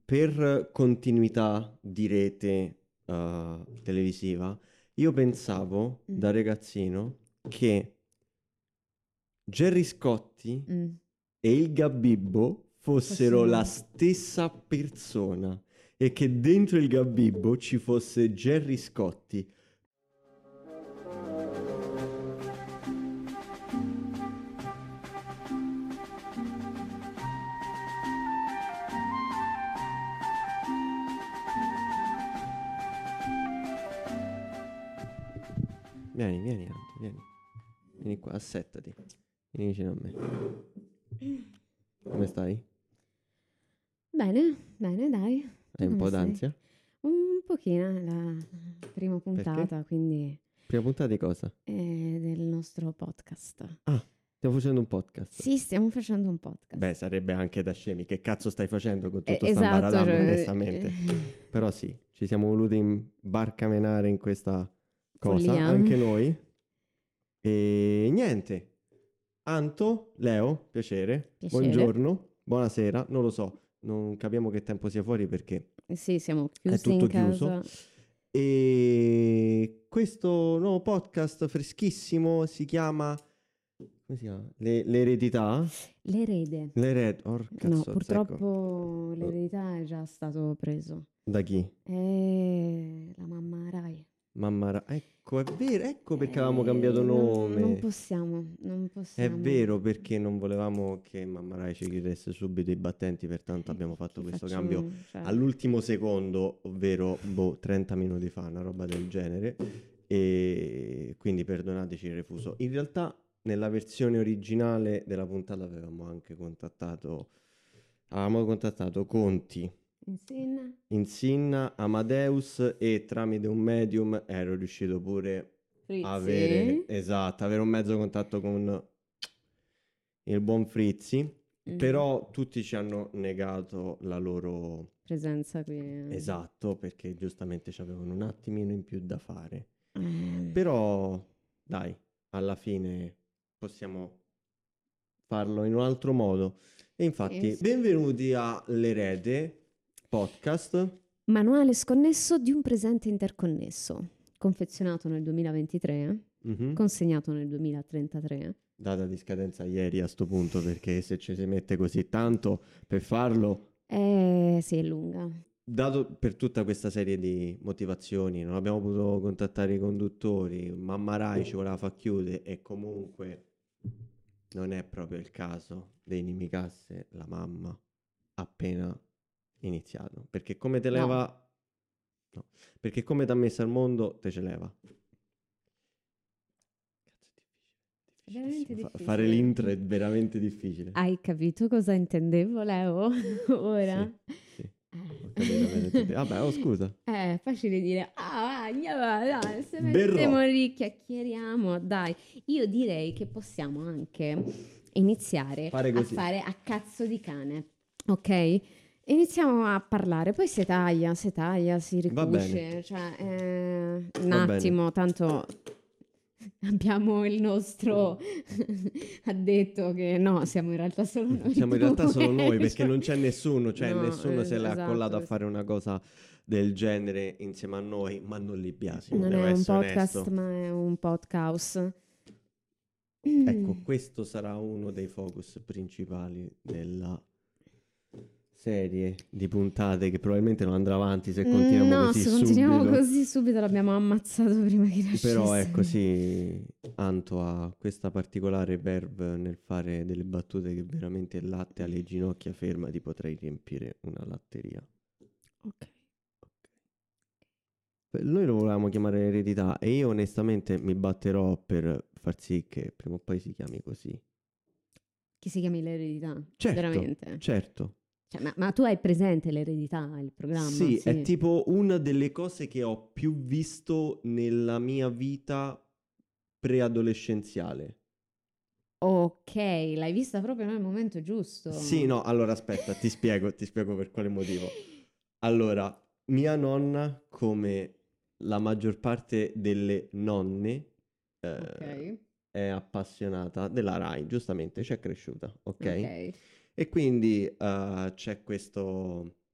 per continuità di rete televisiva, io pensavo da ragazzino che Gerry Scotti e il Gabibbo fossero la stessa persona e che dentro il Gabibbo ci fosse Gerry Scotti. Vieni, Anto, vieni qua, assettati, vieni vicino a me. Come stai? Bene, dai. Hai un po' d'ansia? Un pochino, è la prima puntata, Perché? quindi Prima puntata di cosa? del nostro podcast. Ah, stiamo facendo un podcast. Sì, stiamo facendo un podcast. Beh, sarebbe anche da scemi. Che cazzo stai facendo con tutto sta Esatto, ambaradam, cioè, onestamente? Però sì, ci siamo voluti imbarcamenare in questa cosa, follia. anche noi. E niente. Anto, Leo, piacere. Buongiorno, buonasera, non lo so, non capiamo che tempo sia fuori perché Sì, siamo è chiusi tutto in casa. chiuso. E questo nuovo podcast freschissimo si chiama... Come si chiama? L'eredità? L'erede. Orca No, zozza, purtroppo l'eredità è già stato preso. Da chi? La mamma Rai. Mamma Ecco, è vero, ecco perché avevamo cambiato nome. Non possiamo. È vero, perché non volevamo che Mamma Rai ci chiudesse subito i battenti, pertanto abbiamo fatto questo cambio all'ultimo secondo, ovvero 30 minuti fa, una roba del genere, e quindi perdonateci il refuso. In realtà nella versione originale della puntata avevamo contattato Conti, Insinna, Amadeus, e tramite un medium ero riuscito pure a avere un mezzo contatto con il buon Frizzi, però tutti ci hanno negato la loro presenza qui. Esatto, perché giustamente ci avevano un attimino in più da fare. Però dai, alla fine possiamo farlo in un altro modo. E infatti, benvenuti a L'Erede Podcast. Manuale sconnesso di un presente interconnesso, confezionato nel 2023, consegnato nel 2033. Data di scadenza ieri a sto punto, perché se ci si mette così tanto per farlo... sì, è lunga. Dato per tutta questa serie di motivazioni, non abbiamo potuto contattare i conduttori, Mamma Rai ci voleva far chiudere e comunque non è proprio il caso di inimicasse la mamma appena iniziato. Perché come te leva... No. Perché come ti ha messo al mondo, te ce leva. Veramente difficile. Fare l'intro è veramente difficile. Hai capito cosa intendevo, Leo? Ora? Sì. Ho capito. Vabbè, scusa. È facile dire, dai, se mettiamo lì, chiacchieriamo, dai. Io direi che possiamo anche iniziare a fare a cazzo di cane, ok? Iniziamo a parlare, poi si taglia, si ricuce, cioè un attimo, tanto... Abbiamo il nostro ha detto che no, siamo in realtà solo noi. Siamo in realtà solo noi, perché non c'è nessuno, cioè nessuno se l'ha accollato a fare una cosa del genere insieme a noi, ma non li biasimo. Non è un podcast, onesto. Ma è un podcast. Ecco, questo sarà uno dei focus principali della serie di puntate che probabilmente non andrà avanti se continuiamo così subito. No, se continuiamo così subito l'abbiamo ammazzato prima che nascesse. Però è così, Anto ha questa particolare verve nel fare delle battute che veramente il latte alle ginocchia ferma ti potrei riempire una latteria. Ok. Noi lo volevamo chiamare eredità e io onestamente mi batterò per far sì che prima o poi si chiami così. Che si chiami l'eredità? Certo, veramente? Certo. Cioè, ma tu hai presente l'eredità, il programma? Sì, è tipo una delle cose che ho più visto nella mia vita preadolescenziale. Ok, l'hai vista proprio nel momento giusto. Sì, no, allora aspetta, ti spiego per quale motivo. Allora, mia nonna, come la maggior parte delle nonne, è appassionata della Rai, giustamente, ci è cresciuta, ok? E quindi c'è questo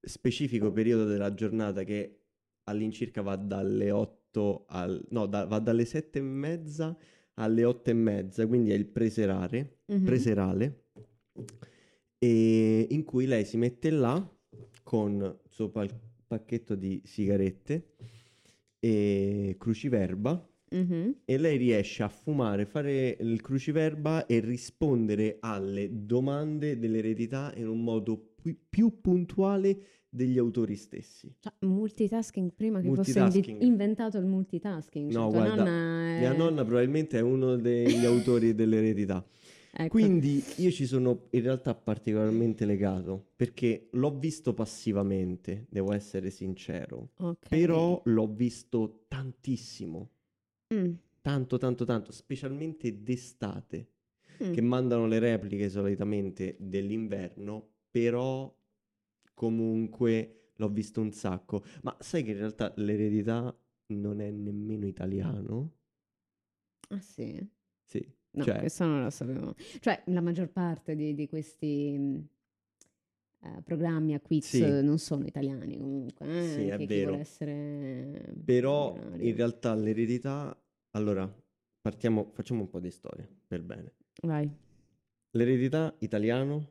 specifico periodo della giornata che all'incirca va dalle 8 va dalle 7:30 alle 8:30, quindi è il preserale, e in cui lei si mette là con il suo pacchetto di sigarette e cruciverba, e lei riesce a fumare, fare il cruciverba e rispondere alle domande dell'eredità in un modo più puntuale degli autori stessi. Multitasking prima che fosse inventato il multitasking. No, guarda, mia nonna probabilmente è uno degli autori dell'eredità. Ecco. Quindi io ci sono in realtà particolarmente legato, perché l'ho visto passivamente, devo essere sincero, però l'ho visto tantissimo, tanto, specialmente d'estate, che mandano le repliche solitamente dell'inverno, però comunque l'ho visto un sacco. Ma sai che in realtà l'eredità non è nemmeno italiano? Ah sì? Sì. No, questo non lo sapevo. Cioè, la maggior parte di questi programmi a quiz non sono italiani comunque. Sì, è vero. Vuole essere però in realtà l'eredità... Allora, facciamo un po' di storia, per bene. Vai. L'eredità italiano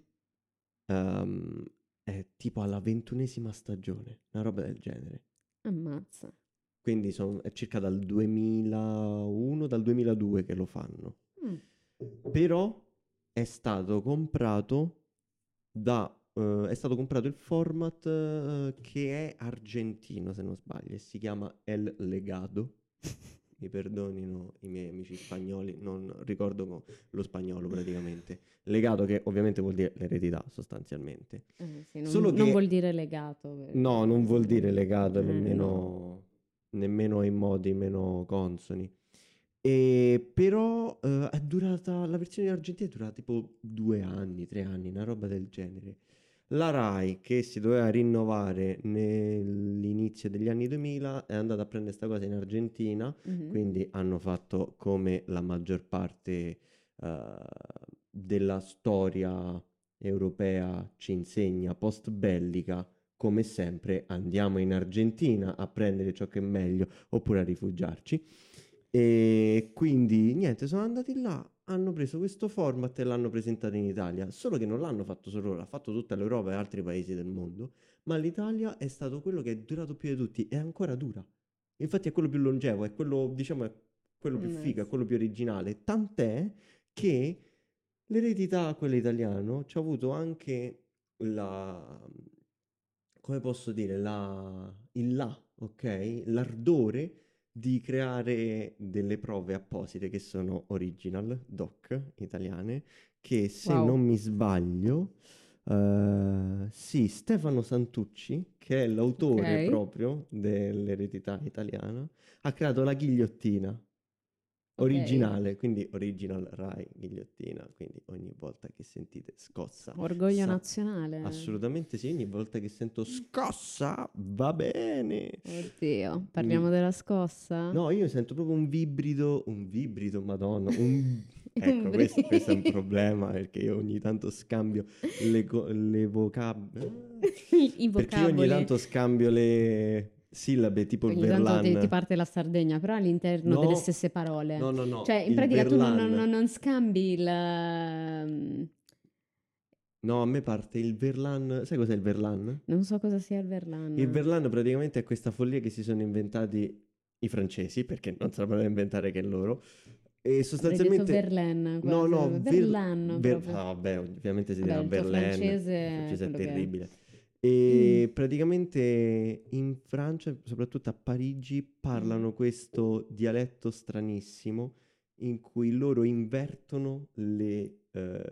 è tipo alla 21ª stagione, una roba del genere. Ammazza. Quindi è circa dal 2001, dal 2002 che lo fanno. Però è stato comprato è stato comprato il format che è argentino, se non sbaglio, e si chiama El Legado. Mi perdonino i miei amici spagnoli, non ricordo lo spagnolo praticamente. Legato, che ovviamente vuol dire l'eredità sostanzialmente. Sì, non vuol dire legato. No, non vuol dire legato, nemmeno ai modi meno consoni. Però la versione argentina è durata tipo 2 anni, 3 anni, una roba del genere. La Rai, che si doveva rinnovare nell'inizio degli anni 2000, è andata a prendere questa cosa in Argentina, quindi hanno fatto come la maggior parte della storia europea ci insegna, post bellica, come sempre andiamo in Argentina a prendere ciò che è meglio oppure a rifugiarci. E quindi niente, sono andati là, hanno preso questo format e l'hanno presentato in Italia. Solo che non l'hanno fatto solo loro, l'ha fatto tutta l'Europa e altri paesi del mondo. Ma l'Italia è stato quello che è durato più di tutti e ancora dura. Infatti è quello più longevo, è quello, diciamo, è quello più figo, è quello più originale. Tant'è che l'eredità, quella italiano, ci ha avuto anche come posso dire, ok? L'ardore di creare delle prove apposite che sono original, doc, italiane, che se non mi sbaglio, sì, Stefano Santucci, che è l'autore proprio dell'eredità italiana, ha creato la ghigliottina. Originale, quindi original Rai ghigliottina, quindi ogni volta che sentite scossa. Orgoglio nazionale. Assolutamente sì, ogni volta che sento scossa va bene. Oddio, parliamo della scossa? No, io sento proprio un vibrido, madonna, ecco, questo è un problema perché io ogni tanto scambio le vocaboli. I vocaboli. Perché io ogni tanto scambio le sillabe, tipo il verlan. Tanto ti parte la Sardegna, però all'interno delle stesse parole. No. Cioè, in pratica tu non scambi il... No, a me parte il verlan. Sai cos'è il verlan? Non so cosa sia il verlan. Il verlan praticamente è questa follia che si sono inventati i francesi, perché non sapevano inventare che loro. E sostanzialmente... Verlaine, no, Verlan. Vabbè, ovviamente si dirà Verlaine. Il francese è terribile. È. E praticamente in Francia, soprattutto a Parigi, parlano questo dialetto stranissimo in cui loro invertono le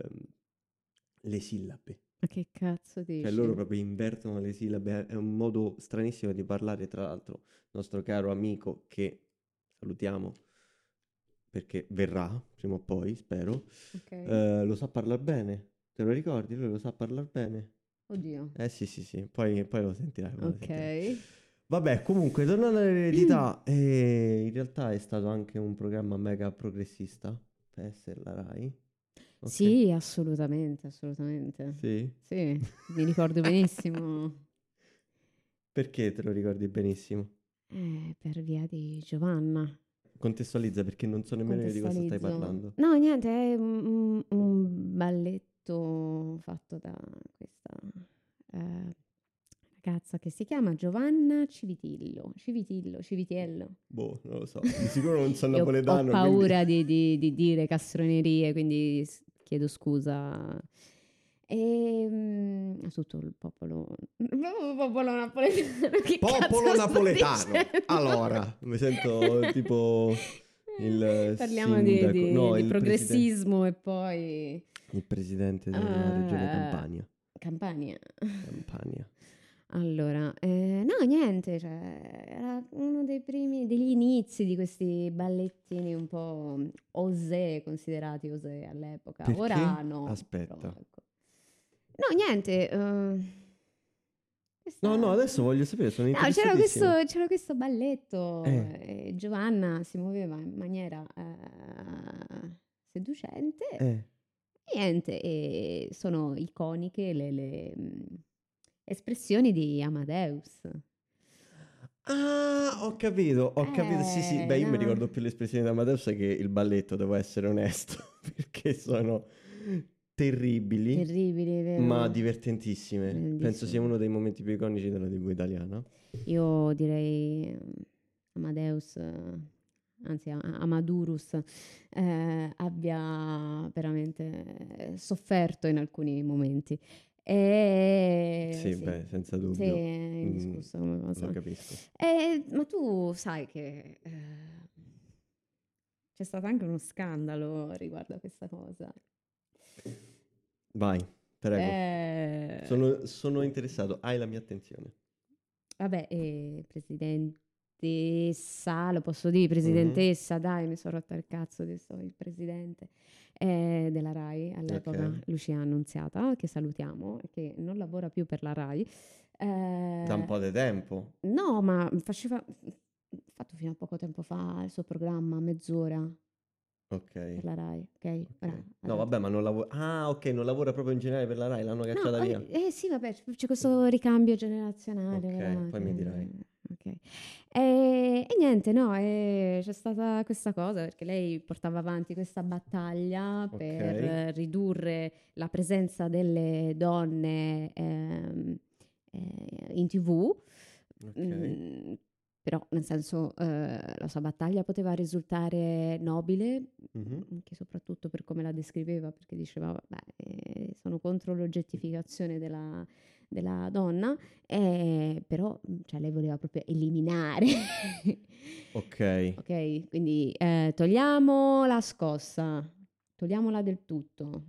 sillabe. Ma che cazzo dici? Cioè loro proprio invertono le sillabe, è un modo stranissimo di parlare. Tra l'altro il nostro caro amico, che salutiamo perché verrà prima o poi, spero, lo sa parlare bene. Te lo ricordi? Lui lo sa parlare bene. Oddio. Sì, poi lo sentirai. Ok. Vabbè, comunque, tornando all'eredità, in realtà è stato anche un programma mega progressista per essere la Rai. Okay. Sì, assolutamente. Sì? Sì, mi ricordo benissimo. Perché te lo ricordi benissimo? Per via di Giovanna. Contestualizza perché non so nemmeno io di cosa stai Contestualizzo. parlando. No, niente, è un balletto fatto da questa ragazza che si chiama Giovanna Civitiello. Boh, non lo so. Di sicuro non sono Io ho napoletano, quindi... paura di dire castronerie, quindi chiedo scusa. A tutto il popolo napoletano. Che Popolo cazzo sto napoletano! dicendo? Allora, mi sento tipo il Parliamo sindaco, no, di il presidente, progressismo e poi il presidente della regione Campania. Campania. Campania. Allora, no, niente, cioè, era uno degli inizi di questi ballettini un po' osè, considerati osè all'epoca. Perché? Ora no, Aspetta. però, ecco. No, niente. No, adesso voglio sapere, sono No, interessatissimo. c'era questo balletto, Giovanna si muoveva in maniera seducente. Niente, e sono iconiche le espressioni di Amadeus. Ah, ho capito, sì, beh, io mi No. ricordo più l'espressione di Amadeus che il balletto, devo essere onesto, perché sono terribili, Terribili, vero? ma divertentissime. Bellissimo. Penso sia uno dei momenti più iconici della TV italiana. Io direi Amadeus, anzi Amadurus, abbia veramente sofferto in alcuni momenti. Sì, Sì, beh, senza sì, dubbio. è indiscussa come cosa. Lo capisco. Ma tu sai che c'è stato anche uno scandalo riguardo a questa cosa. Vai, prego. Sono interessato, hai la mia attenzione. Vabbè, presidentessa, lo posso dire, presidentessa, dai, mi sono rotta il cazzo, adesso il presidente della RAI all'epoca, Ok. Lucia Annunziata, che salutiamo, che non lavora più per la RAI. Da un po' di tempo. No, ma ha fatto fino a poco tempo fa il suo programma, mezz'ora. Ok. Per la RAI, ok? Ora, No, vabbè, ma non lavora... Ah, ok, non lavora proprio in generale per la RAI, l'hanno cacciata no, via. sì, vabbè, c'è questo ricambio generazionale. Ok, però, poi mi dirai. ok. E niente, no, c'è stata questa cosa perché lei portava avanti questa battaglia per ridurre la presenza delle donne in TV. Ok. Però, nel senso, la sua battaglia poteva risultare nobile, anche soprattutto per come la descriveva, perché diceva, vabbè, sono contro l'oggettificazione della donna, però cioè, lei voleva proprio eliminare. Ok. Ok, quindi togliamo la scossa, togliamola del tutto.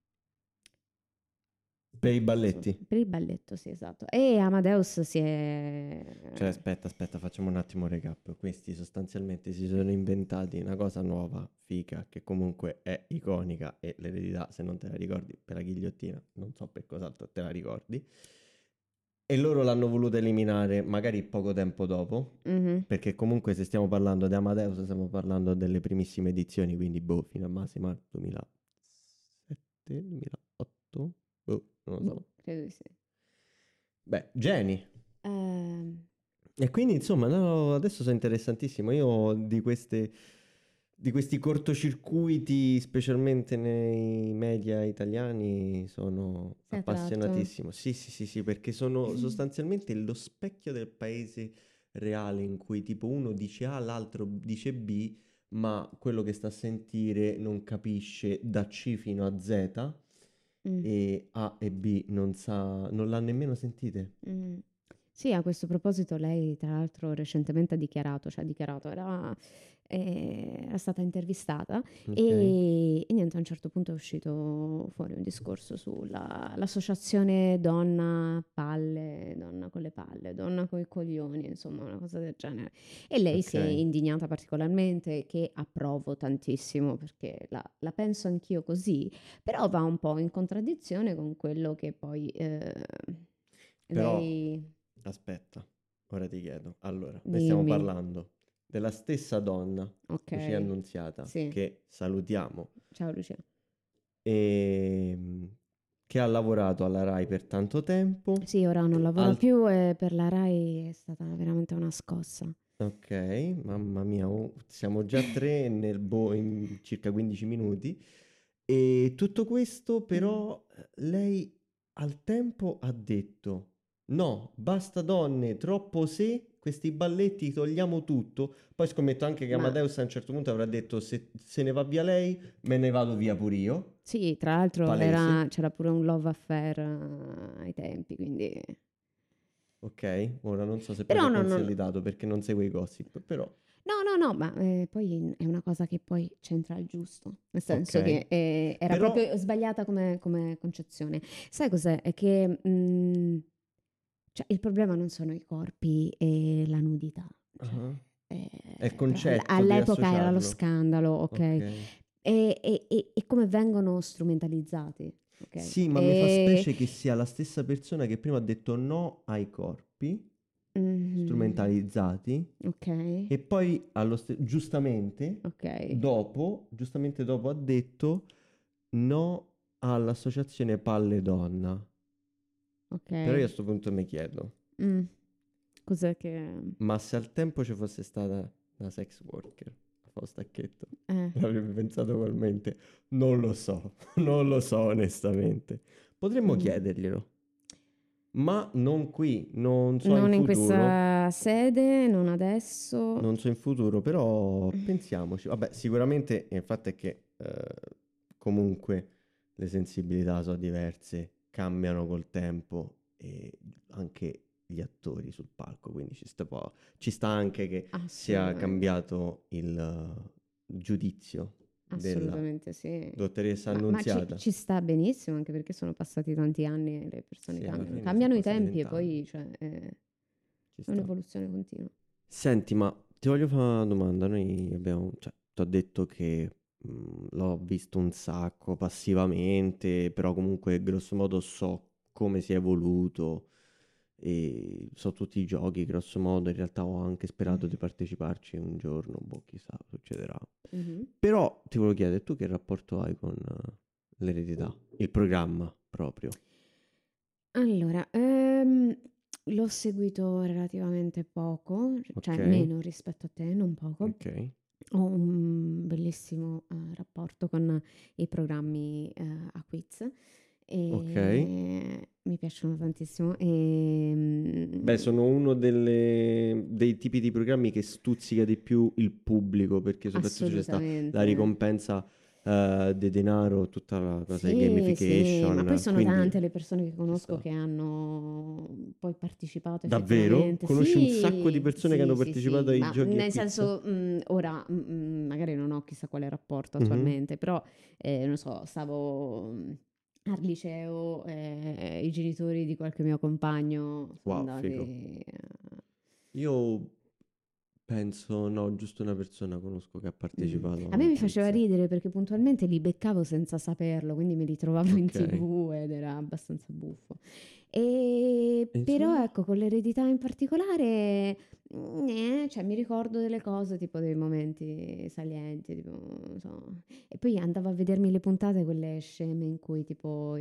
Per i balletti. Per il balletto, sì, esatto. E Amadeus si è... Cioè, aspetta, facciamo un attimo un recap. Questi sostanzialmente si sono inventati una cosa nuova, figa, che comunque è iconica e l'eredità, se non te la ricordi, per la ghigliottina, non so per cos'altro te la ricordi. E loro l'hanno voluta eliminare magari poco tempo dopo, perché comunque se stiamo parlando di Amadeus stiamo parlando delle primissime edizioni, quindi fino a massima 2007, 2008, non lo so. Credo di sì. Beh, geni. E quindi insomma, no, adesso sono interessantissimo. Io di questi cortocircuiti, specialmente nei media italiani, sono Sei appassionatissimo. Sì, perché sono sostanzialmente lo specchio del paese reale in cui tipo uno dice A, l'altro dice B, ma quello che sta a sentire non capisce da C fino a Z e A e B non l'ha nemmeno sentite. Sì, a questo proposito lei tra l'altro recentemente era stata intervistata e niente, a un certo punto è uscito fuori un discorso sull'associazione donna palle, donna con le palle, donna con i coglioni, insomma una cosa del genere. E lei si è indignata particolarmente, che approvo tantissimo perché la penso anch'io così, però va un po' in contraddizione con quello che poi Però, lei... aspetta, ora ti chiedo. Allora, noi Dimmi. stiamo parlando della stessa donna, Ok. Lucia Annunziata, Sì. che salutiamo, Ciao Lucia. e che ha lavorato alla Rai per tanto tempo. Sì, ora non lavora più e per la Rai è stata veramente una scossa. Ok, mamma mia, siamo già tre in circa 15 minuti. E tutto questo però lei al tempo ha detto no, basta donne, troppo se, questi balletti togliamo tutto. Poi scommetto anche che Amadeus a un certo punto avrà detto se ne va via lei, me ne vado via pure io. Sì, tra l'altro Palese. c'era pure un love affair ai tempi, quindi... Ok, ora non so se poi Però si è no, consolidato perché non segue i gossip, però... no, ma poi è una cosa che poi c'entra il giusto, nel senso Ok. che era Però... proprio sbagliata come concezione. Sai cos'è? È che cioè, il problema non sono i corpi e la nudità, cioè, È il però concetto di all'epoca era lo associarlo. scandalo, ok? Ok. E come vengono strumentalizzati, ok? Sì, ma mi fa specie che sia la stessa persona che prima ha detto no ai corpi Mhm. strumentalizzati Ok, e poi giustamente ok, giustamente dopo ha detto no all'associazione Palle Donna. Però io a ok. questo punto mi chiedo, Mm, Cos'è che... ma se al tempo ci fosse stata una sex worker, a stacchetto, Eh. l'avrebbe pensato ugualmente? Non lo so, non lo so onestamente. Potremmo Mm. chiederglielo. Ma non qui, non so in Non in futuro, questa sede, non adesso. non so in futuro, però pensiamoci. Vabbè, sicuramente il fatto è che comunque le sensibilità sono diverse, cambiano col tempo e anche gli attori sul palco, quindi ci sta anche che sia Assolutamente, cambiato il giudizio della assolutamente sì. dottoressa Ma Annunziata. ci sta benissimo, anche perché sono passati tanti anni e le persone Sì, alla cambiano. fine sono Cambiano i passati tempi e 20 anni, poi cioè, è ci sta. un'evoluzione continua. Senti, ma ti voglio fare una domanda. Noi abbiamo, cioè, ti ho detto che l'ho visto un sacco passivamente, però comunque grosso modo so come si è evoluto e so tutti i giochi, grosso modo. In realtà ho anche sperato di parteciparci un giorno, boh, chissà, succederà. Mhm. Però ti volevo chiedere, tu che rapporto hai con l'eredità, il programma proprio? Allora, l'ho seguito relativamente poco, cioè Ok, meno rispetto a te, non poco. ok, Ho un bellissimo rapporto con i programmi a quiz ok. e mi piacciono tantissimo. Beh, sono uno dei tipi di programmi che stuzzica di più il pubblico, perché soprattutto c'è sta la Assolutamente. ricompensa di denaro, tutta la cosa di Sì, sì, ma poi gamification, sono quindi tante le persone che ci conosco sta. che hanno poi partecipato Davvero? effettivamente. Conosci un sacco di Sì, persone che hanno sì, sì, partecipato sì, ai ma giochi a nel quiz? senso, ora magari non ho chissà quale rapporto Mhm. attualmente, però non so, stavo al liceo, i genitori di qualche mio compagno sono Wow, figo. andati... Io penso, no, giusto una persona conosco che ha partecipato a A me un mi faceva quiz. ridere perché puntualmente li beccavo senza saperlo, quindi me li trovavo in Ok. TV ed era abbastanza buffo. E Però insomma? ecco, con l'eredità in particolare, cioè mi ricordo delle cose, tipo dei momenti salienti, tipo, non so. E poi andavo a vedermi le puntate, quelle sceme in cui tipo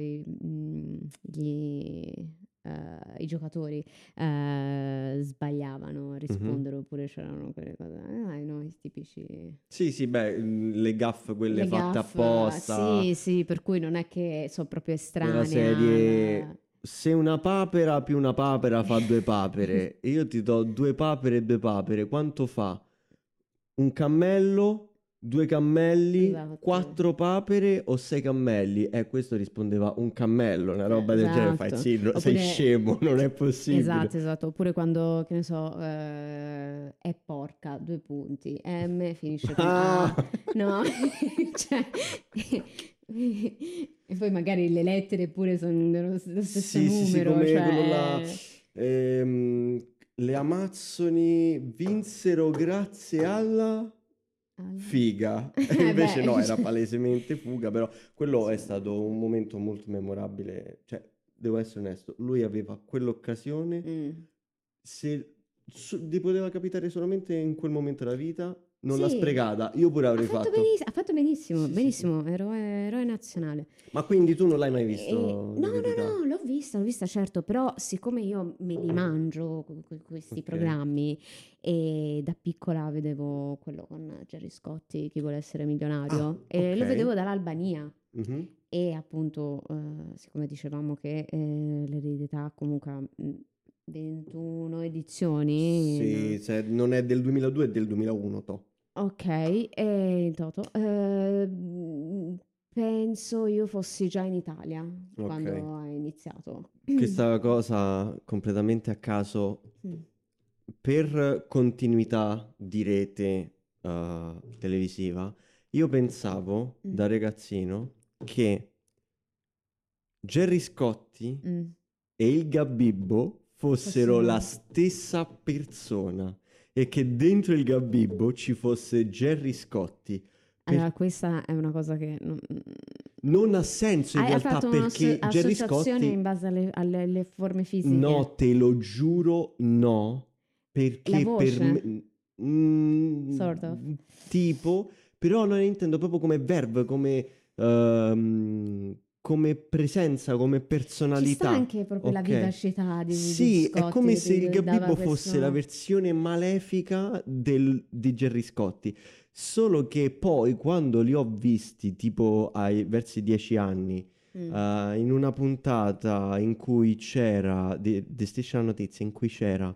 i giocatori sbagliavano a Mhm. rispondere oppure c'erano quelle cose, no, i tipici... Sì, sì, beh, le gaffe quelle Le fatte gaffe, apposta. sì, sì, per cui non è che so proprio Della estranea serie se una papera più una papera fa due papere e io ti do due papere e due papere, quanto fa? Un cammello, due cammelli, Esatto, quattro papere o sei cammelli? Questo rispondeva un cammello, una roba del genere. Fai, esatto. sì, sei Oppure, scemo, non è possibile. esatto, esatto. Oppure quando, che ne so, è porca, due punti. M finisce con A. Ah! No, cioè... E poi magari le lettere pure sono lo stesso Sì, sì, sì, numero, come quello là. cioè... ehm, le Amazzoni vinsero grazie alla figa. E invece no, Beh, era cioè... palesemente fuga, però quello è cioè, stato un momento molto memorabile. Cioè, devo essere onesto, lui aveva quell'occasione, mm. se gli poteva capitare solamente in quel momento della vita, non l'ha sprecata, io pure avrei fatto. Ha fatto benissimo, benissimo, eroe nazionale. Ma quindi tu non l'hai mai visto? No, l'ho vista, certo, però siccome io me li mangio questi programmi, e da piccola vedevo quello con Gerry Scotti, Chi vuole essere milionario, e lo vedevo dall'Albania. E appunto, siccome dicevamo che l'eredità comunque ha 21 edizioni. Sì, non è del 2002, è del 2001, Ok, e in toto. Penso io fossi già in Italia quando hai iniziato. Questa cosa completamente a caso, per continuità di rete televisiva, io pensavo da ragazzino che Gerry Scotti e il Gabibbo fossero la stessa persona e che dentro il Gabibbo ci fosse Gerry Scotti. Allora, questa è una cosa che non ha senso in realtà, perché Gerry Scotti in base alle forme fisiche. No, te lo giuro, no, perché la voce? per me Sort of. tipo, però non intendo proprio come verve, come presenza, come personalità. Ci sta anche proprio la vivacità di Sì, Scotti, è come se il Gabibbo questo... fosse la versione malefica di Gerry Scotti. Solo che poi quando li ho visti tipo verso i 10 anni, in una puntata in cui c'era di Striscia la Notizia, in cui c'era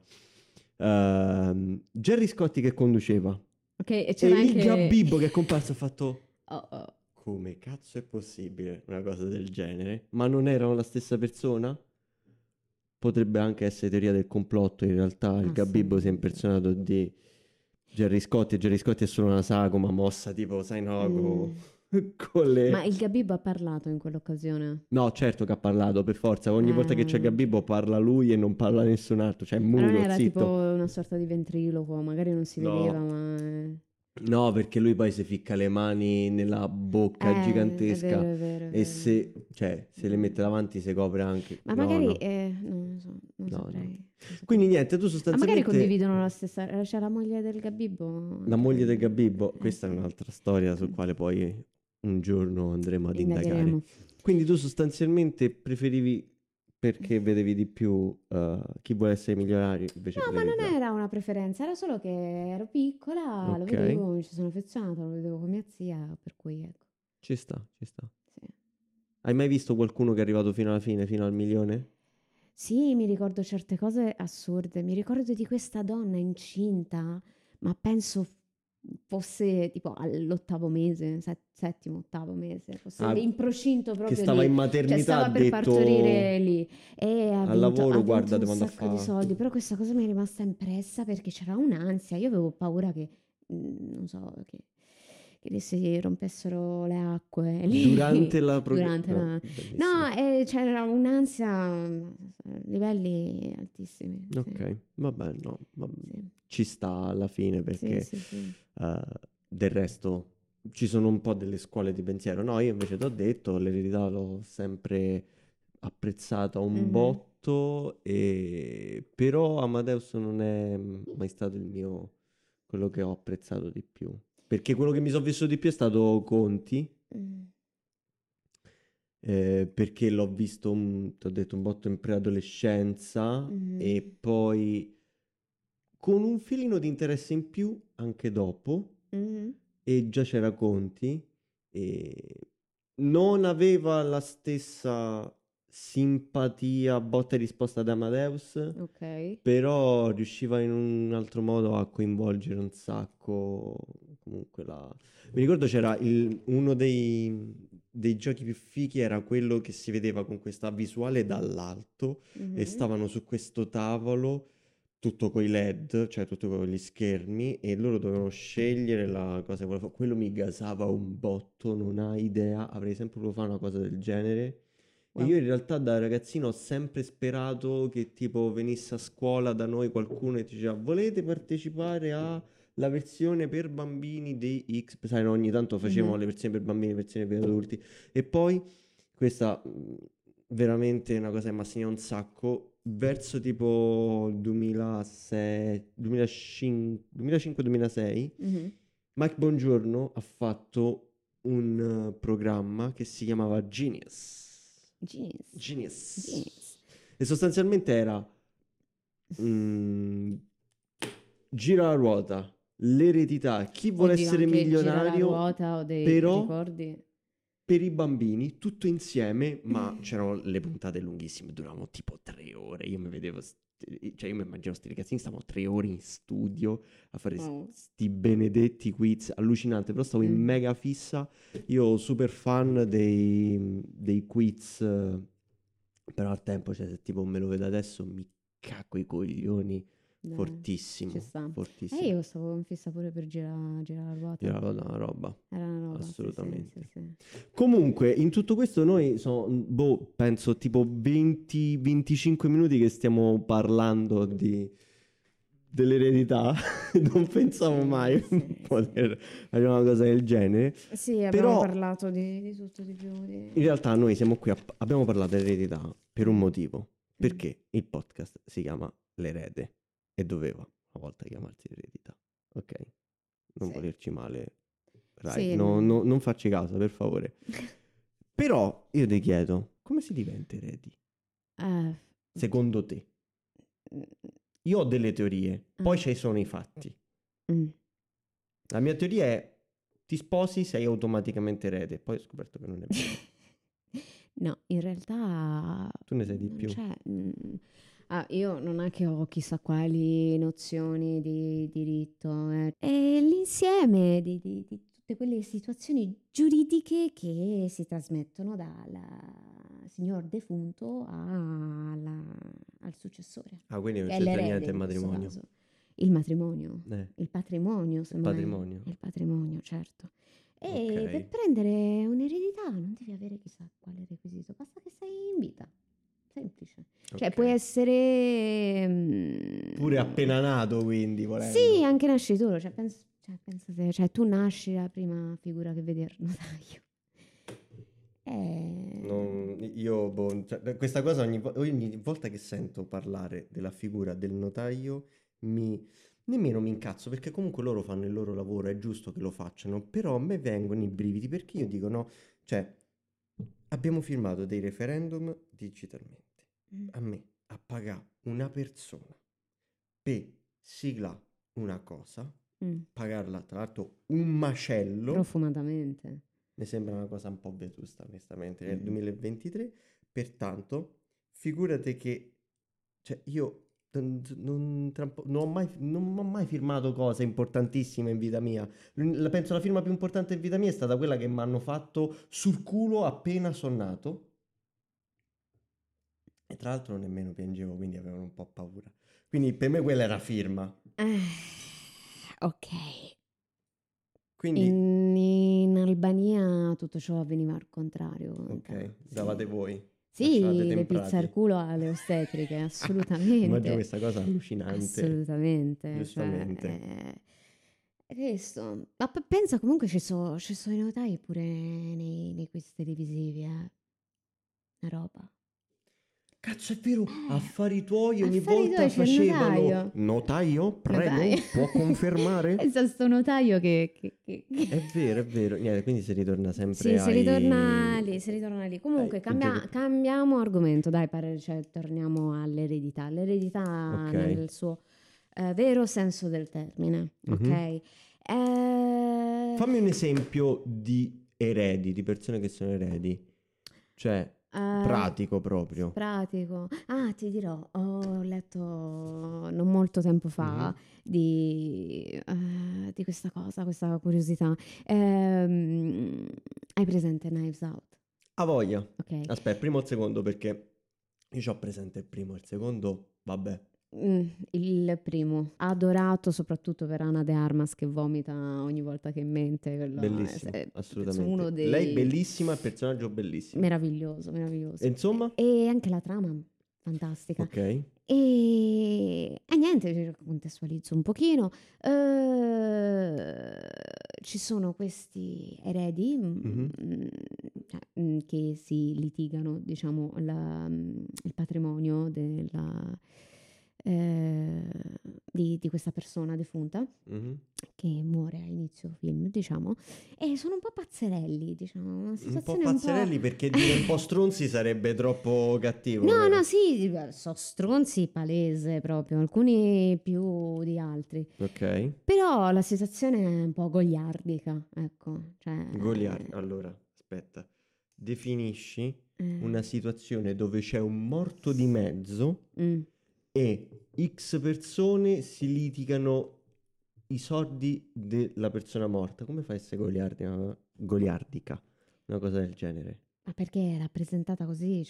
Gerry Scotti che conduceva, e c'era il anche Gabibbo che è comparso, ha fatto come cazzo è possibile una cosa del genere? Ma non erano la stessa persona? Potrebbe anche essere teoria del complotto, in realtà il Gabibbo si è impersonato di Gerry Scotti, e Gerry Scotti è solo una sagoma mossa tipo, sai, no, con le... Ma il Gabibbo ha parlato in quell'occasione? No, certo che ha parlato, per forza. Ogni volta che c'è Gabibbo parla lui e non parla nessun altro, cioè muto, non era zitto. tipo una sorta di ventriloquo, magari non si vedeva, ma... No, perché lui poi si ficca le mani nella bocca gigantesca, è vero, e se le mette davanti si copre anche... Ma magari... non so, non saprei. Quindi niente, tu Ma sostanzialmente... magari condividono la stessa... C'è la moglie del Gabibbo? La moglie del Gabibbo, questa è un'altra storia sul quale poi un giorno andremo ad indagare. Quindi tu sostanzialmente preferivi, perché vedevi di più Chi vuole essere milionario invece? No, ma non era una preferenza, era solo che ero piccola, lo vedevo, mi ci sono affezionata, lo vedevo con mia zia, per cui ecco. Ci sta. Sì. Hai mai visto qualcuno che è arrivato fino alla fine, fino al milione? Sì, mi ricordo certe cose assurde, mi ricordo di questa donna incinta, ma penso fosse tipo all'8° mese, settimo, 8° mese, fosse in procinto proprio che stava lì. in maternità, cioè stava per partorire lì e ha vinto, lavoro, guarda, un sacco di soldi, però questa cosa mi è rimasta impressa perché c'era un'ansia, io avevo paura che, non so, che si rompessero le acque lì. Durante la No, c'era un'ansia livelli altissimi. Ok, vabbè, no, Sì. ci sta alla fine, perché Sì. del resto ci sono un po' delle scuole di pensiero. No, io invece ti ho detto, l'eredità l'ho sempre apprezzata un botto, però Amadeus non è mai stato quello che ho apprezzato di più. Perché quello che mi sono visto di più è stato Conti, perché l'ho visto, ti ho detto, un botto in preadolescenza, e poi con un filino di interesse in più anche dopo, e già c'era Conti, e non aveva la stessa simpatia botta e risposta da Amadeus, però riusciva in un altro modo a coinvolgere un sacco. Comunque mi ricordo c'era uno dei giochi più fighi, era quello che si vedeva con questa visuale dall'alto, e stavano su questo tavolo tutto coi LED, cioè tutto con gli schermi, e loro dovevano scegliere la cosa che volevano fare. Quello mi gasava un botto, non hai idea, avrei sempre voluto fare una cosa del genere. Wow. E io in realtà da ragazzino ho sempre sperato che tipo venisse a scuola da noi qualcuno e ti diceva: volete partecipare alla versione per bambini di X? Sai, no, ogni tanto facevano le versioni per bambini, le versioni per adulti. E poi questa veramente è una cosa che mi assegna un sacco. Verso tipo 2005-2006 Mike Bongiorno ha fatto un programma che si chiamava Genius. E sostanzialmente era gira la ruota, l'eredità, chi vuole essere milionario, gira la ruota o dei però ricordi per i bambini, tutto insieme, ma c'erano le puntate lunghissime, duravano tipo 3 ore. Io mi vedevo, cioè io mi immagino sti ragazzini, stavano 3 ore in studio a fare sti benedetti quiz, allucinante, però stavo in mega fissa. Io super fan dei quiz, però al tempo, cioè se tipo me lo vedo adesso mi cacco i coglioni. Dai, Fortissimo, ci sta. fortissimo. Io stavo in fissa pure per girare la ruota. Era una roba. Era una roba, Assolutamente. sì. Comunque, in tutto questo noi penso tipo 20-25 minuti che stiamo parlando dell'eredità. Non pensavo mai poter fare una cosa del genere. Sì, abbiamo parlato di tutto di più. In realtà noi siamo qui, abbiamo parlato dell'eredità per un motivo. Perché il podcast si chiama L'Erede e doveva una volta chiamarsi L'Eredità. Ok? Non volerci male. Sì, non facci caso, per favore. Però io ti chiedo, come si diventa eredi? Secondo te? Io ho delle teorie, poi ci sono i fatti. La mia teoria è: ti sposi, sei automaticamente erede. Poi ho scoperto che non è vero. No, in realtà tu ne sai di più. Io non è che ho chissà quali nozioni di diritto. È l'insieme di tutte quelle situazioni giuridiche che si trasmettono dal signor defunto al successore. Quindi non c'entra niente il matrimonio. Il matrimonio, il patrimonio, Il patrimonio, certo. E per prendere un'eredità non devi avere chissà quale requisito, basta che sei in vita. Semplice. Cioè puoi essere pure appena nato, quindi volendo. Sì, anche nascituro, pensate, cioè tu nasci la prima figura che vedi il notaio. Questa cosa ogni volta che sento parlare della figura del notaio nemmeno mi incazzo, perché comunque loro fanno il loro lavoro, è giusto che lo facciano, però a me vengono i brividi, perché io dico no, cioè abbiamo firmato dei referendum digitalmente. A me a pagare una persona per sigla una cosa, pagarla tra l'altro un macello profumatamente, mi sembra una cosa un po' vetusta, onestamente, nel 2023. Pertanto, figurate che, cioè, io non ho mai firmato cose importantissime in vita mia. Penso la firma più importante in vita mia è stata quella che mi hanno fatto sul culo appena sono nato. E tra l'altro nemmeno piangevo, quindi avevo un po' paura. Quindi per me quella era firma. Ok. Quindi in Albania tutto ciò avveniva al contrario. Ok, davate voi. Sì, le pizze al culo alle ostetriche, assolutamente. Immagino questa cosa allucinante. Assolutamente. Giustamente. Questo. Ma pensa comunque ci sono i notai pure nei quiz televisivi, Una roba. Cazzo, è vero, affari tuoi ogni volta facevano notaio, prego, può confermare? Pensa sto notaio che... È vero, niente, quindi si ritorna sempre Sì, si ritorna lì. Comunque cambiamo argomento, dai, torniamo all'eredità. L'eredità nel suo vero senso del termine, ok? Fammi un esempio di eredi, di persone che sono eredi, cioè pratico proprio. Pratico. Ti dirò, ho letto non molto tempo fa di questa cosa, questa curiosità. Hai presente Knives Out? A voglia. Ok. Aspetta, primo o il secondo, perché io ho presente il primo, il secondo, vabbè. Il primo, adorato soprattutto per Ana de Armas che vomita ogni volta che mente. Bellissimo, assolutamente. Lei bellissima, il personaggio bellissimo. Meraviglioso. E insomma? E anche la trama, fantastica. Ok. E niente, contestualizzo un pochino. Ci sono questi eredi che si litigano, diciamo, il patrimonio di questa persona defunta, che muore a inizio film, diciamo, e sono un po' pazzerelli, diciamo, una Un po' situazione pazzerelli perché dire un po' stronzi sarebbe troppo cattivo, No, vero? no, sì, so stronzi palese proprio, alcuni più di altri. Ok. Però la situazione è un po' goliardica, ecco, cioè... Goliardi. Allora, aspetta. Definisci eh, una situazione dove c'è un morto di mezzo mm. e X persone si litigano i soldi della persona morta. Come fa a essere goliardica? Una cosa del genere. Ma perché è rappresentata così,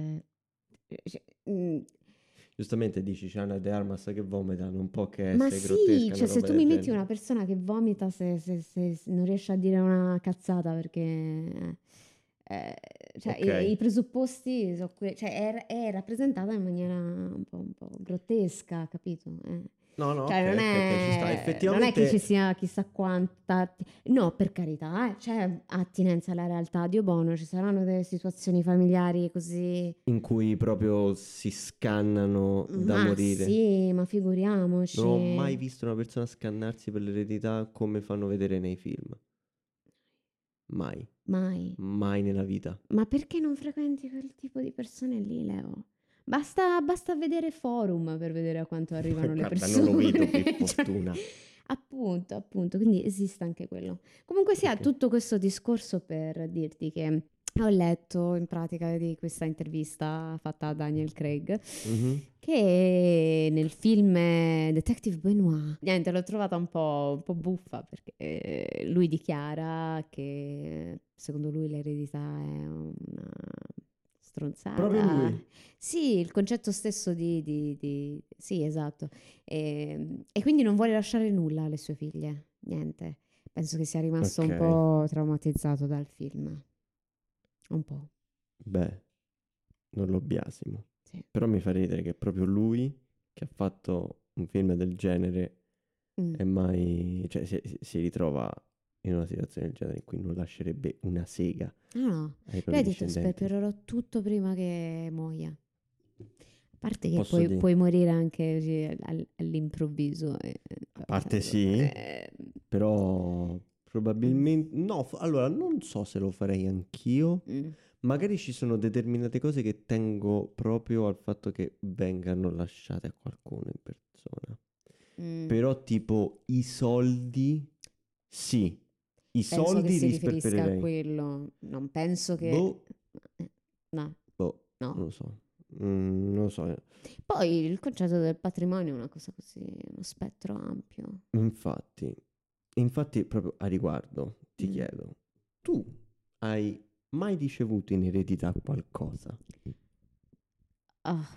cioè, Giustamente dici c'è una De Armas che vomita, non può che ma essere sì, grottesca una cioè se roba tu del mi metti genere. una persona che vomita se non riesce a dire una cazzata perché... eh, cioè Ok. i presupposti sono cioè è rappresentata in maniera un po' grottesca, capito? No, no, Cioè ok, ok, ci sta. non è che ci Effettivamente sia chissà quanta... No, per carità, c'è attinenza alla realtà, Dio buono, ci saranno delle situazioni familiari così... in cui proprio si scannano da Ma morire. sì, ma Non ho mai figuriamoci. visto una persona scannarsi per l'eredità come fanno vedere nei film. Mai. Mai. Mai nella vita. Ma perché non frequenti quel tipo di persone lì, Leo? Basta vedere forum per vedere a quanto arrivano le Guarda, non lo vedo per persone. Cioè, fortuna. appunto, quindi esiste anche quello. Comunque sia, Ok. tutto questo discorso per dirti che ho letto in pratica di questa intervista fatta a Daniel Craig Mhm. che nel film Detective Benoit, niente, l'ho trovata un po' buffa perché lui dichiara che secondo lui l'eredità è una Proprio stronzata. lui. Sì, il concetto stesso Sì, esatto. E quindi non vuole lasciare nulla alle sue figlie, niente. Penso che sia rimasto Ok. un po' traumatizzato dal film. Un po', Beh, non lo biasimo. sì. Però mi fa ridere che è proprio lui che ha fatto un film del genere Mm. e mai... Cioè, si ritrova in una situazione del genere in cui non lascerebbe una sega Ah no, ai lui propri ha detto discendenti. sperpererò tutto prima che muoia. A parte che Posso dire? puoi morire anche così all'improvviso. A parte sì, Eh, però probabilmente... No, allora non so se lo farei anch'io. mm, Magari ci sono determinate cose che tengo proprio al fatto che vengano lasciate a qualcuno in persona. mm. Però tipo i soldi, sì, i Penso che soldi si li riferisca a sperpererei. quello. Non penso che... Boh, No, boh, non no. lo so. Non lo so. Poi il concetto del patrimonio è una cosa così, uno spettro ampio. Infatti, infatti proprio a riguardo ti Mm. chiedo, tu hai mai ricevuto in eredità qualcosa? Ah,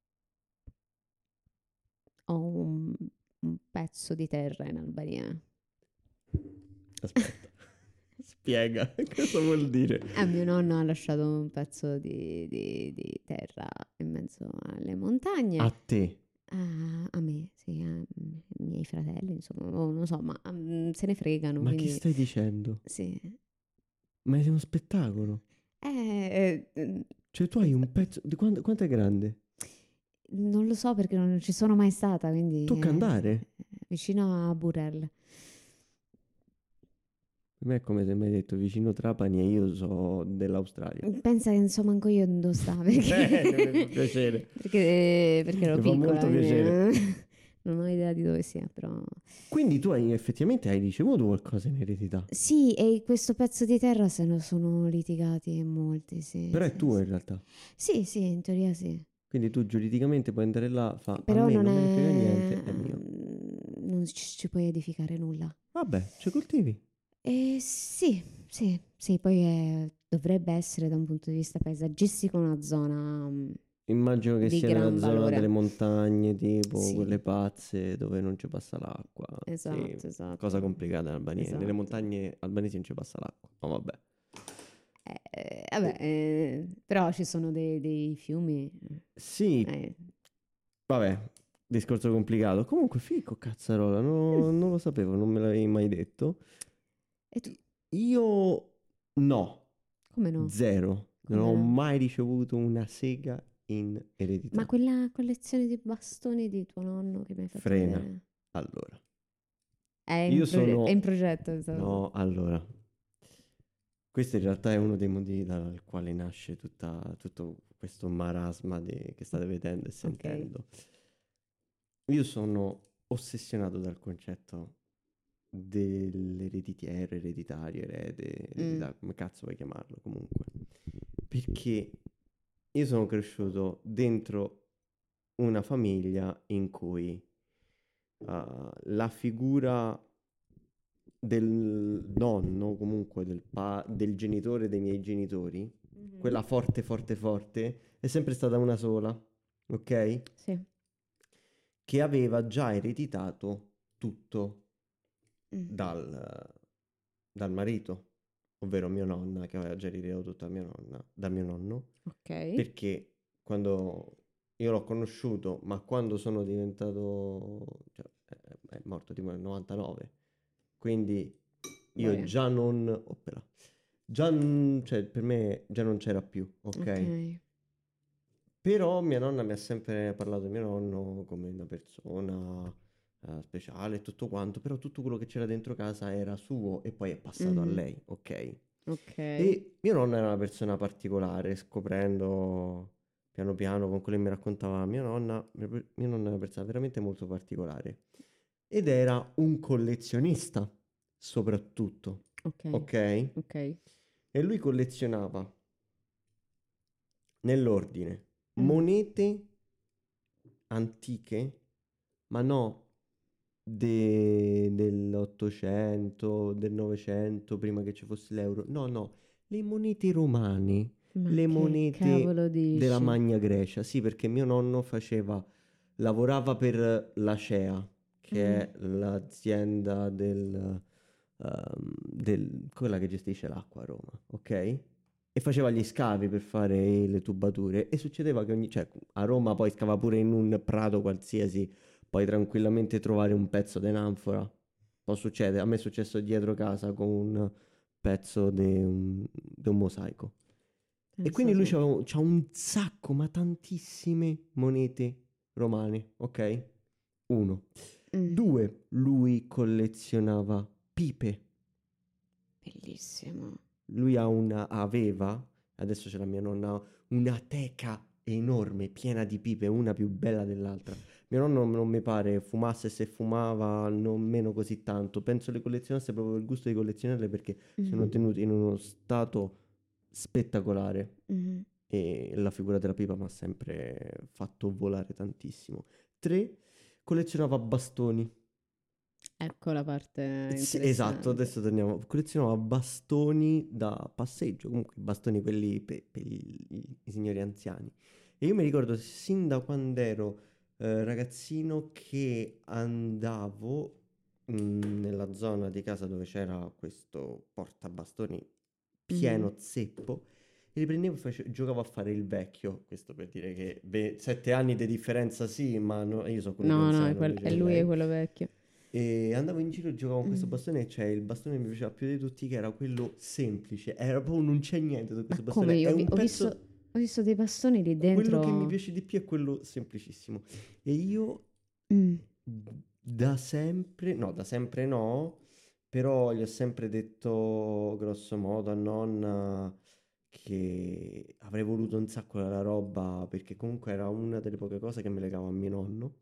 ho un pezzo di terra in Albania. Aspetta, spiega cosa vuol dire. Mio nonno ha lasciato un pezzo di terra in mezzo alle montagne. A te. A me, sì, ai miei fratelli, insomma, non lo so, ma se ne fregano, Ma che quindi stai dicendo? sì. Ma è uno spettacolo. Eh, eh, Cioè tu hai un pezzo... Di quanto è grande? non lo so perché non ci sono mai stata, quindi Tocca andare. vicino a Burel. Per me è come se mi hai detto vicino Trapani e io so dell'Australia. Pensa che insomma anche io non devo stare Mi fa perché, piacere. perché ero Mi fa piccola, molto quindi piacere. non ho idea di dove sia, però... Quindi tu effettivamente hai ricevuto qualcosa in eredità. Sì, e questo pezzo di terra se ne sono litigati molti, sì, Però è sì, tuo sì. in realtà. Sì, sì, in teoria sì. Quindi tu giuridicamente puoi andare là, a Però me non non me ne frega è... niente, è mio. non ci puoi edificare nulla. Vabbè, ci coltivi. Sì, sì, sì, poi dovrebbe essere da un punto di vista paesaggistico una zona Immagino che di sia nella gran zona delle valore. montagne, tipo Sì, quelle pazze dove non ci passa l'acqua. Sì, esatto, cosa esatto, complicata in Albania. Nelle esatto. montagne albanesi non ci passa l'acqua. Ma vabbè. Vabbè, però ci sono dei fiumi. Sì, eh. vabbè, discorso complicato. Comunque, fico, cazzarola, Mm, non lo sapevo, non me l'avevi mai detto. E tu? Io no, Come no? zero. Non Come ho no? mai ricevuto una sega in Ma eredità. quella collezione di bastoni di tuo nonno che mi hai fatto Frena. vedere? Allora, È in progetto. No, allora, questo in realtà è uno dei motivi dal quale nasce tutto questo marasma che state vedendo e sentendo. Io sono ossessionato dal concetto dell'ereditiero, ereditario, erede, come cazzo vuoi chiamarlo comunque. Perché io sono cresciuto dentro una famiglia in cui la figura del nonno, comunque del genitore dei miei genitori, quella forte, forte, forte, è sempre stata una sola, ok? Sì. Che aveva già ereditato tutto dal marito, ovvero mia nonna, che aveva già ereditato tutto da mio nonno. Ok. Perché quando io l'ho conosciuto, ma quando sono diventato, cioè, è morto tipo nel 99, quindi io già non, cioè per me già non c'era più, ok? Però mia nonna mi ha sempre parlato di mio nonno come una persona speciale e tutto quanto, però tutto quello che c'era dentro casa era suo e poi è passato a lei, ok? E mio nonno era una persona particolare, scoprendo piano piano con quello che mi raccontava mia nonna è una persona veramente molto particolare. Ed era un collezionista, soprattutto, ok? E lui collezionava nell'ordine monete antiche, ma no dell'Ottocento, del Novecento, prima che ci fosse l'euro. No, le monete romane, le monete della Magna Grecia. Sì, perché mio nonno lavorava per l'Acea, che è l'azienda quella che gestisce l'acqua a Roma, ok? E faceva gli scavi per fare le tubature e succedeva che cioè, a Roma poi scava pure in un prato qualsiasi, puoi tranquillamente trovare un pezzo di un'anfora. Può succedere, a me è successo dietro casa con un pezzo di un mosaico. E quindi lui c'ha un sacco, ma tantissime monete romane, ok? 1. 2. Lui collezionava pipe. Bellissimo. Lui aveva, adesso c'è la mia nonna, una teca enorme, piena di pipe, una più bella dell'altra. Mio nonno non mi pare fumasse, se fumava non meno così tanto. Penso le collezionasse proprio per il gusto di collezionarle perché sono tenuti in uno stato spettacolare. E la figura della pipa mi ha sempre fatto volare tantissimo. 3. Collezionava bastoni. Ecco la parte Sì, interessante. esatto, adesso torniamo. Collezionava bastoni da passeggio, comunque bastoni quelli per i signori anziani. E io mi ricordo sin da quando ero ragazzino che andavo nella zona di casa dove c'era questo portabastoni pieno zeppo e li prendevo e giocavo a fare il vecchio. Questo per dire che 7 anni di differenza sì, ma io sono quello più anziano invece è di lui lei. è quello vecchio. E andavo in giro e giocavo con questo bastone e c'è il bastone che mi piaceva più di tutti che era quello semplice. Era proprio non c'è niente su questo bastone. Come io È un pezzo... ho visto dei bastoni lì dentro. Quello che mi piace di più è quello semplicissimo. E io da sempre no, però gli ho sempre detto grosso modo a nonna che avrei voluto un sacco della roba perché comunque era una delle poche cose che mi legava a mio nonno.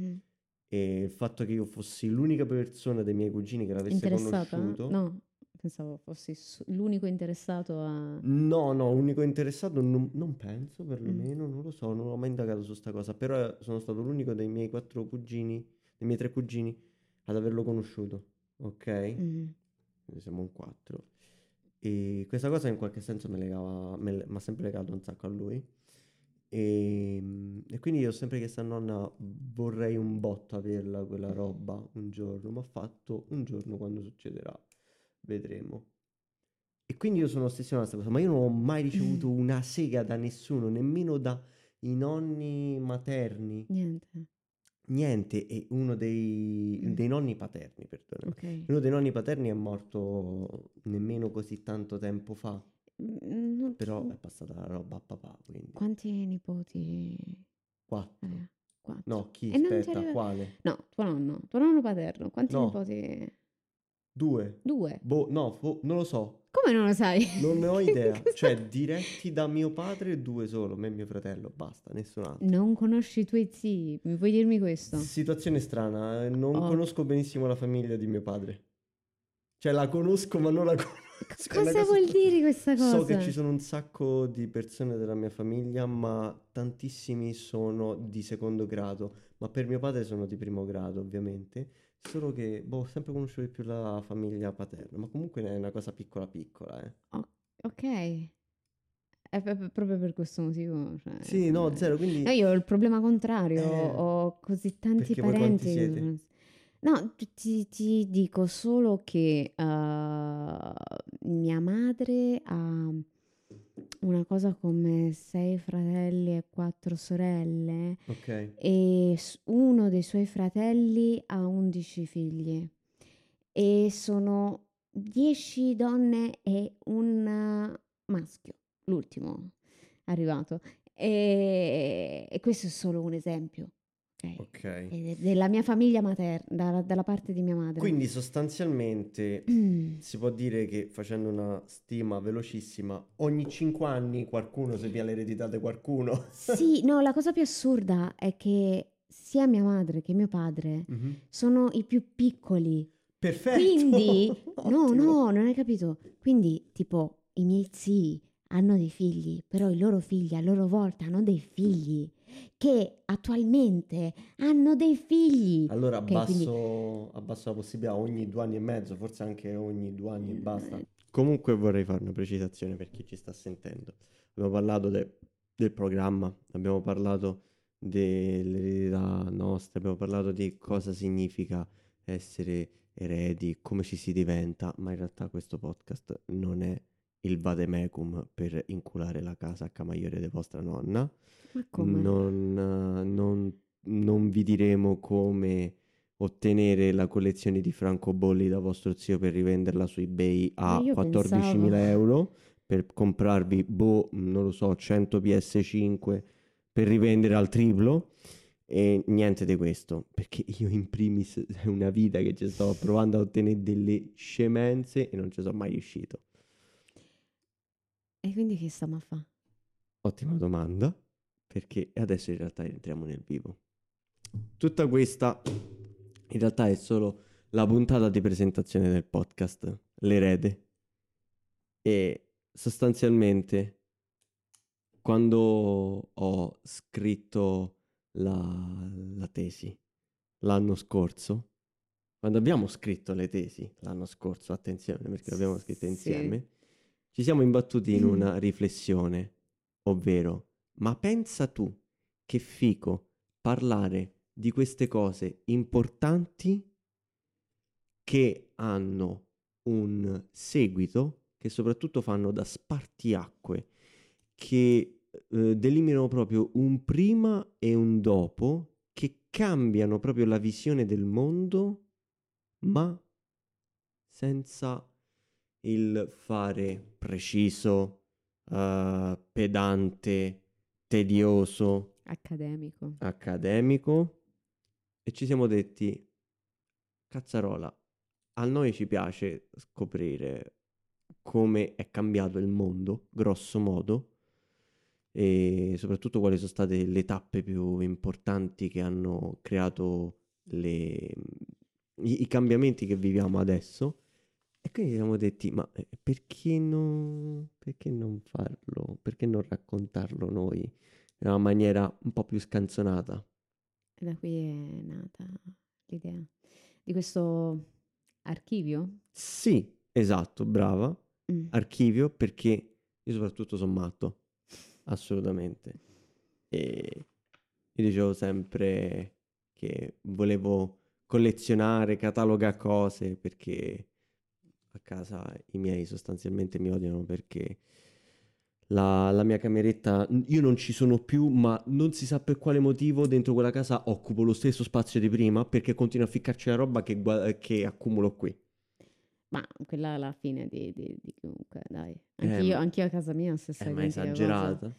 E il fatto che io fossi l'unica persona dei miei cugini che l'avesse conosciuto. No, pensavo fossi l'unico interessato a... No, unico interessato non penso, perlomeno, non lo so, non ho mai indagato su sta cosa, però sono stato l'unico dei miei 4 cugini, dei miei 3 cugini, ad averlo conosciuto, ok? Quindi siamo un 4. E questa cosa in qualche senso mi ha sempre legato un sacco a lui. E quindi io ho sempre chiesto a nonna, vorrei un botto averla quella roba un giorno, ma ha fatto un giorno quando succederà, vedremo. E quindi io sono ossessionato a questa cosa, ma io non ho mai ricevuto una sega da nessuno, nemmeno dai nonni materni. Niente, e uno dei nonni paterni, perdonami. Uno dei nonni paterni è morto nemmeno così tanto tempo fa. Però è passata la roba a papà, quindi. Quanti nipoti? 4. 4. No, chi? E non ti Aspetta, arriva... quale? No, tuo nonno paterno, quanti No, nipoti? 2. Boh, no, non lo so. Come non lo sai? Non ne ho idea. Cioè, diretti da mio padre 2 solo, me e mio fratello, basta, nessun altro. Non conosci i tuoi zii? Mi puoi dirmi questo? Situazione strana, non conosco benissimo la famiglia di mio padre. Cioè, la conosco, ma non la conosco. Cosa vuol dire questa cosa? So che ci sono un sacco di persone della mia famiglia, ma tantissimi sono di secondo grado. Ma per mio padre sono di primo grado, ovviamente. Solo che, ho sempre conosciuto di più la famiglia paterna. Ma comunque è una cosa piccola piccola, eh. Ok. È proprio per questo motivo. Cioè, Sì, no, zero, quindi... No, io ho il problema contrario. Ho così tanti perché voi quanti parenti. siete? No, ti dico solo che mia madre ha una cosa come 6 fratelli e 4 sorelle Ok. e uno dei suoi fratelli ha 11 figli e sono 10 donne e un maschio, l'ultimo arrivato. E questo è solo un esempio. Ok. Della mia famiglia materna, dalla parte di mia madre. Quindi sostanzialmente si può dire che, facendo una stima velocissima, ogni 5 anni qualcuno si via l'eredità di qualcuno. Sì, no, la cosa più assurda è che sia mia madre che mio padre sono i più piccoli. Perfetto! Quindi, no, Ottimo. non hai capito. Quindi, tipo, i miei zii hanno dei figli, però i loro figli a loro volta hanno dei figli che attualmente hanno dei figli. Allora Ok, quindi abbasso la possibilità ogni 2 anni e mezzo, forse anche ogni 2 anni e basta. Comunque vorrei fare una precisazione per chi ci sta sentendo. Abbiamo parlato del programma, abbiamo parlato dell'eredità nostra, abbiamo parlato di cosa significa essere eredi, come ci si diventa, ma in realtà questo podcast non è il vademecum per inculare la casa a camaiore di vostra nonna. ma come? Non vi diremo come ottenere la collezione di francobolli da vostro zio per rivenderla su eBay Ma a io pensavo 14.000 euro, per comprarvi, non lo so, 100 PS5 per rivendere al triplo. E niente di questo, perché io in primis è una vita che ci sto provando a ottenere delle scemenze e non ci sono mai riuscito. E quindi che stiamo a fare? Ottima domanda, perché adesso in realtà entriamo nel vivo. Tutta questa in realtà è solo la puntata di presentazione del podcast, l'erede. E sostanzialmente quando ho scritto la tesi l'anno scorso, quando abbiamo scritto le tesi l'anno scorso, attenzione perché le abbiamo scritte insieme, ci siamo imbattuti in una riflessione, ovvero, ma pensa tu che fico parlare di queste cose importanti che hanno un seguito, che soprattutto fanno da spartiacque, che delimitano proprio un prima e un dopo, che cambiano proprio la visione del mondo, ma senza il fare preciso, pedante, tedioso, accademico. E ci siamo detti, cazzarola, a noi ci piace scoprire come è cambiato il mondo, grosso modo, e soprattutto quali sono state le tappe più importanti che hanno creato i cambiamenti che viviamo adesso. E quindi ci siamo detti, ma perché non farlo? Perché non raccontarlo noi in una maniera un po' più scanzonata? E da qui è nata l'idea di questo archivio? Sì, esatto, brava. Archivio, perché io soprattutto sono matto, assolutamente. E io dicevo sempre che volevo collezionare, catalogare cose, perché a casa i miei sostanzialmente mi odiano perché la mia cameretta, io non ci sono più, ma non si sa per quale motivo dentro quella casa occupo lo stesso spazio di prima, perché continuo a ficcarci la roba che accumulo qui. Ma quella è la fine di chiunque, dai. Ma Anch'io a casa mia la stessa è mai identica cosa. esagerata?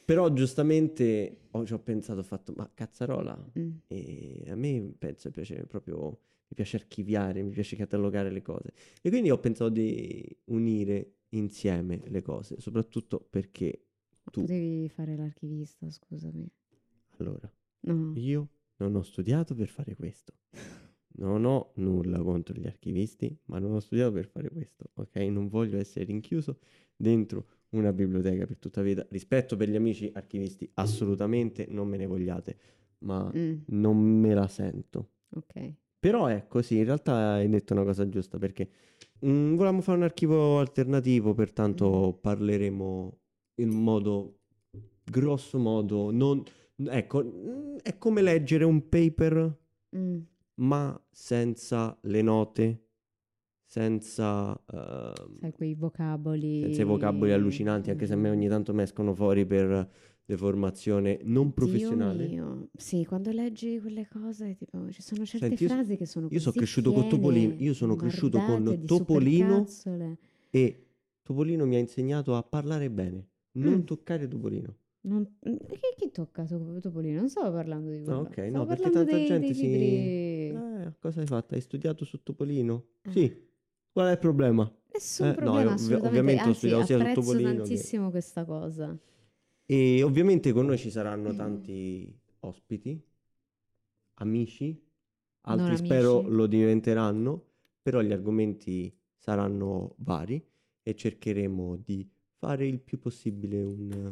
Però giustamente ci ho pensato, ho fatto, ma cazzarola, e a me penso piace proprio, mi piace archiviare, mi piace catalogare le cose. E quindi ho pensato di unire insieme le cose, soprattutto perché tu... Potevi fare l'archivista, scusami. Allora, No. io non ho studiato per fare questo. Non ho nulla contro gli archivisti, ma non ho studiato per fare questo, ok? Non voglio essere rinchiuso dentro una biblioteca per tutta la vita. Rispetto per gli amici archivisti, assolutamente non me ne vogliate, ma non me la sento. Ok. Però ecco, sì, in realtà hai detto una cosa giusta, perché volevamo fare un archivio alternativo, pertanto parleremo in modo, grosso modo, non... Ecco, è come leggere un paper, ma senza le note, senza sai, quei vocaboli... senza i vocaboli allucinanti, anche se a me ogni tanto mi escono fuori per deformazione non professionale. Dio mio. Sì, quando leggi quelle cose, tipo, ci sono certe Senti, frasi che sono io così sono cresciuto con Topolino, io sono cresciuto con di Topolino supercazzole. e Topolino mi ha insegnato a parlare bene, non toccare Topolino. Chi tocca Topolino? Non stavo parlando di quello. No, ok, Stavo no, perché parlando tanta gente dei si... libri... cosa hai fatto? Hai studiato su Topolino? Sì. Qual è il problema? Nessun No, problema, assolutamente. ovviamente ho Anzi, studiato sia su apprezzo Topolino tantissimo questa cosa. E ovviamente con noi ci saranno tanti ospiti, amici, altri Non spero amici. lo diventeranno, però gli argomenti saranno vari e cercheremo di fare il più possibile un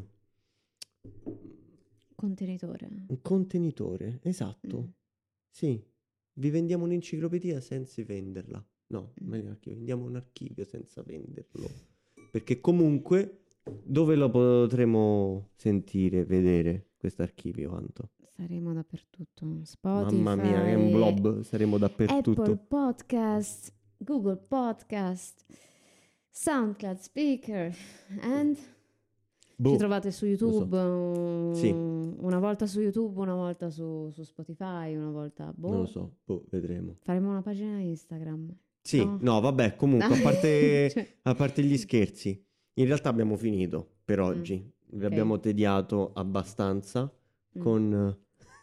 contenitore, esatto. Sì, vi vendiamo un'enciclopedia senza venderla. No, meglio che vendiamo un archivio senza venderlo. Perché comunque dove lo potremo sentire, vedere questo archivio, Anto? Saremo dappertutto. Spotify, Mamma mia, è un blob, saremo dappertutto. Apple Podcast, Google Podcast, SoundCloud Speaker and ci trovate su YouTube, Sì. una volta su YouTube, una volta su Spotify, una volta... Non lo so, vedremo. Faremo una pagina Instagram. Sì, no, vabbè, comunque, a parte gli scherzi, in realtà abbiamo finito per oggi. Vi abbiamo tediato abbastanza con,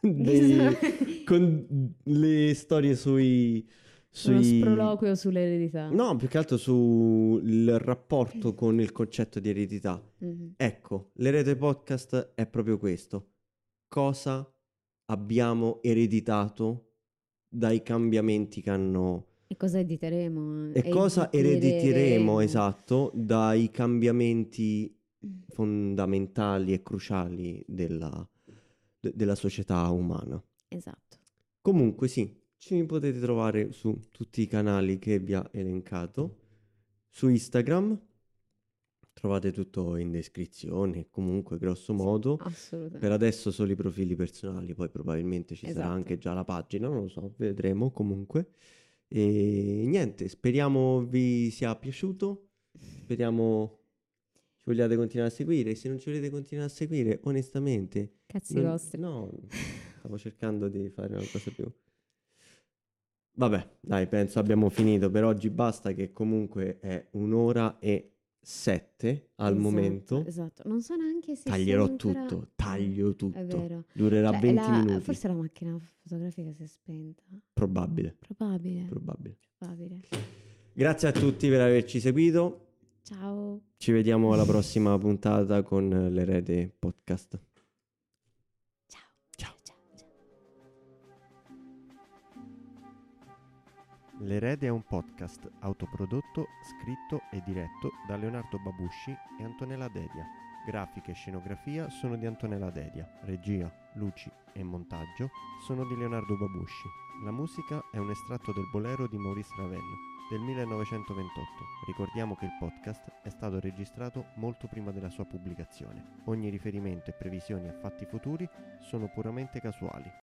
con le storie uno sproloquio sull'eredità. No, più che altro sul rapporto con il concetto di eredità. Ecco, l'Erede Podcast è proprio questo. Cosa abbiamo ereditato dai cambiamenti che hanno... E cosa editeremo? E cosa erediteremo, esatto, dai cambiamenti fondamentali e cruciali della società umana. Esatto. Comunque sì, ci potete trovare su tutti i canali che vi ha elencato. Su Instagram trovate tutto in descrizione, comunque grosso modo. Assolutamente. Per adesso solo i profili personali, poi probabilmente ci sarà anche già la pagina, non lo so, vedremo comunque. E niente, speriamo vi sia piaciuto, speriamo ci vogliate continuare a seguire. Se non ci volete continuare a seguire, onestamente... Cazzi vostri. No, stavo cercando di fare una cosa più... Vabbè, dai, penso abbiamo finito per oggi, basta che comunque è 1:07 al momento. Esatto, non so neanche se taglierò ancora... tutto, taglio tutto. È vero. Durerà 20 minuti. Forse la macchina fotografica si è spenta. Probabile. Grazie a tutti per averci seguito. Ciao. Ci vediamo alla prossima puntata con l'Erede Podcast. Ciao. L'Erede è un podcast autoprodotto, scritto e diretto da Leonardo Babusci e Antonella Dedia. Grafiche e scenografia sono di Antonella Dedia. Regia, luci e montaggio sono di Leonardo Babusci. La musica è un estratto del bolero di Maurice Ravel del 1928. Ricordiamo che il podcast è stato registrato molto prima della sua pubblicazione. Ogni riferimento e previsioni a fatti futuri sono puramente casuali.